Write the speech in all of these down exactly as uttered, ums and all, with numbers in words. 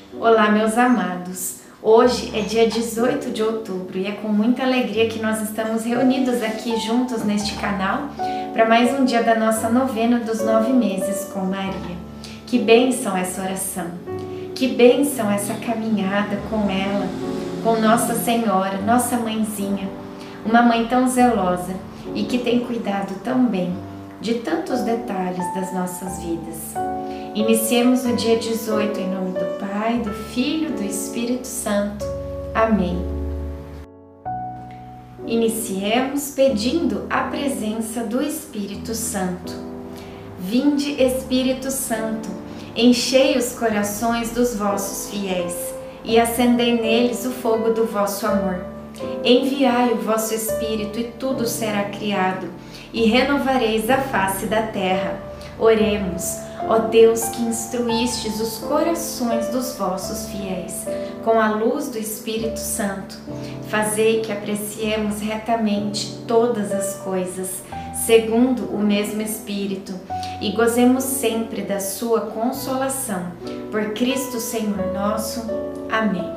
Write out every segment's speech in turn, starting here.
Olá, meus amados! Hoje é dia dezoito de outubro e é com muita alegria que nós estamos reunidos aqui juntos neste canal para mais um dia da nossa novena dos nove meses com Maria. Que bênção essa oração! Que bênção essa caminhada com ela, com Nossa Senhora, nossa mãezinha, uma mãe tão zelosa e que tem cuidado tão bem de tantos detalhes das nossas vidas. Iniciemos o dia dezoito em nome do Pai, do Filho e do Espírito Santo. Amém. Iniciemos pedindo a presença do Espírito Santo. Vinde, Espírito Santo, enchei os corações dos vossos fiéis e acendei neles o fogo do vosso amor. Enviai o vosso Espírito e tudo será criado, e renovareis a face da terra. Oremos, ó Deus que instruístes os corações dos vossos fiéis com a luz do Espírito Santo, fazei que apreciemos retamente todas as coisas, segundo o mesmo Espírito, e gozemos sempre da sua consolação. Por Cristo Senhor nosso. Amém.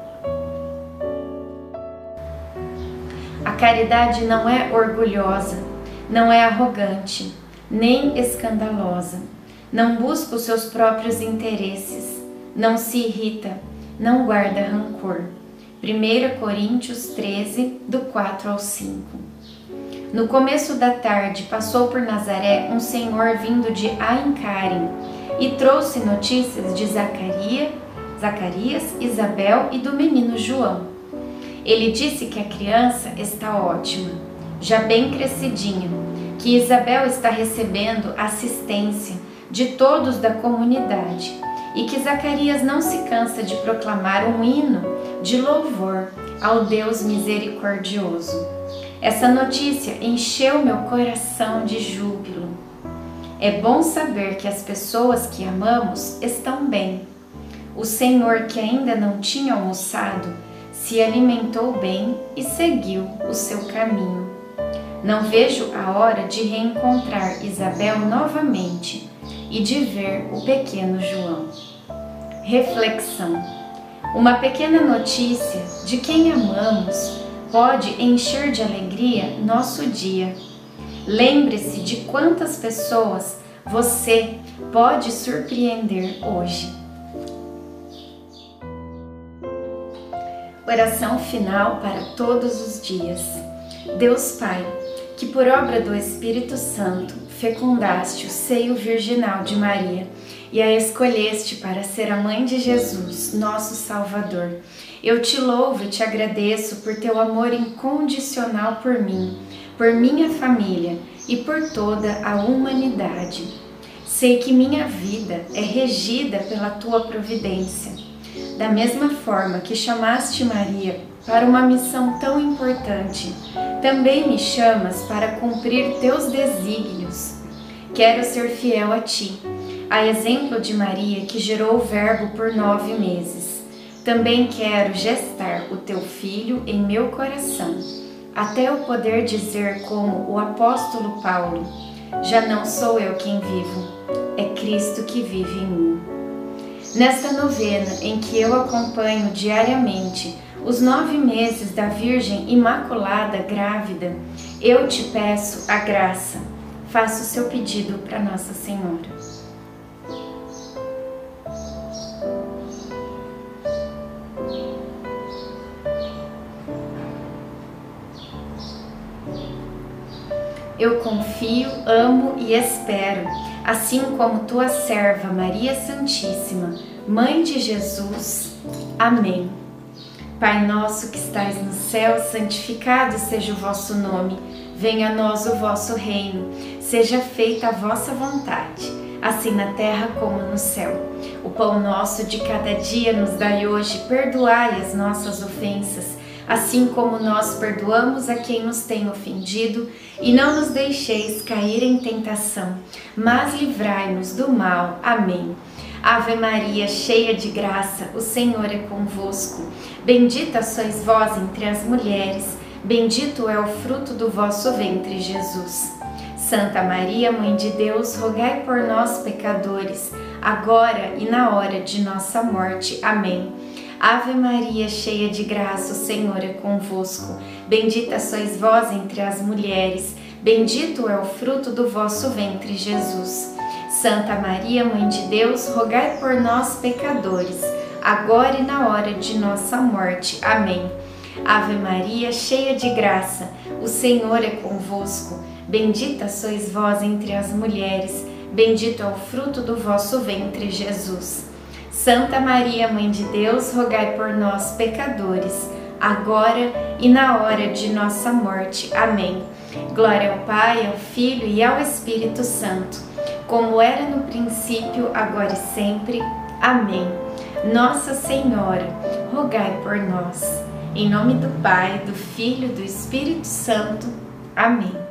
A caridade não é orgulhosa, não é arrogante, nem escandalosa, não busca os seus próprios interesses, não se irrita, não guarda rancor. primeira Coríntios treze, do quatro ao cinco. No começo da tarde passou por Nazaré um senhor vindo de Ain-Carim e trouxe notícias de Zacarias, Zacarias, Isabel e do menino João. Ele disse que a criança está ótima, já bem crescidinha, que Isabel está recebendo assistência de todos da comunidade e que Zacarias não se cansa de proclamar um hino de louvor ao Deus misericordioso. Essa notícia encheu meu coração de júbilo. É bom saber que as pessoas que amamos estão bem. O Senhor, que ainda não tinha almoçado, se alimentou bem e seguiu o seu caminho. Não vejo a hora de reencontrar Isabel novamente e de ver o pequeno João. Reflexão. Uma pequena notícia de quem amamos pode encher de alegria nosso dia. Lembre-se de quantas pessoas você pode surpreender hoje. Oração final para todos os dias. Deus Pai, que por obra do Espírito Santo fecundaste o seio virginal de Maria e a escolheste para ser a mãe de Jesus, nosso Salvador, eu te louvo e te agradeço por teu amor incondicional por mim, por minha família e por toda a humanidade. Sei que minha vida é regida pela tua providência. Da mesma forma que chamaste Maria para uma missão tão importante, também me chamas para cumprir teus desígnios. Quero ser fiel a ti, a exemplo de Maria que gerou o Verbo por nove meses. Também quero gestar o teu Filho em meu coração, até eu poder dizer como o apóstolo Paulo: já não sou eu quem vivo, é Cristo que vive em mim. Nesta novena em que eu acompanho diariamente os nove meses da Virgem Imaculada grávida, eu te peço a graça. Faça o seu pedido para Nossa Senhora. Eu confio, amo e espero, assim como tua serva Maria Santíssima, Mãe de Jesus. Amém. Pai nosso que estais no céu, santificado seja o vosso nome. Venha a nós o vosso reino. Seja feita a vossa vontade, assim na terra como no céu. O pão nosso de cada dia nos dai hoje. Perdoai as nossas ofensas, assim como nós perdoamos a quem nos tem ofendido, e não nos deixeis cair em tentação, mas livrai-nos do mal. Amém. Ave Maria, cheia de graça, o Senhor é convosco. Bendita sois vós entre as mulheres, bendito é o fruto do vosso ventre, Jesus. Santa Maria, Mãe de Deus, rogai por nós, pecadores, agora e na hora de nossa morte. Amém. Ave Maria, cheia de graça, o Senhor é convosco. Bendita sois vós entre as mulheres, bendito é o fruto do vosso ventre, Jesus. Santa Maria, Mãe de Deus, rogai por nós, pecadores, agora e na hora de nossa morte. Amém. Ave Maria, cheia de graça, o Senhor é convosco. Bendita sois vós entre as mulheres, bendito é o fruto do vosso ventre, Jesus. Santa Maria, Mãe de Deus, rogai por nós, pecadores, agora e na hora de nossa morte. Amém. Glória ao Pai, ao Filho e ao Espírito Santo, como era no princípio, agora e sempre. Amém. Nossa Senhora, rogai por nós. Em nome do Pai, do Filho e do Espírito Santo. Amém.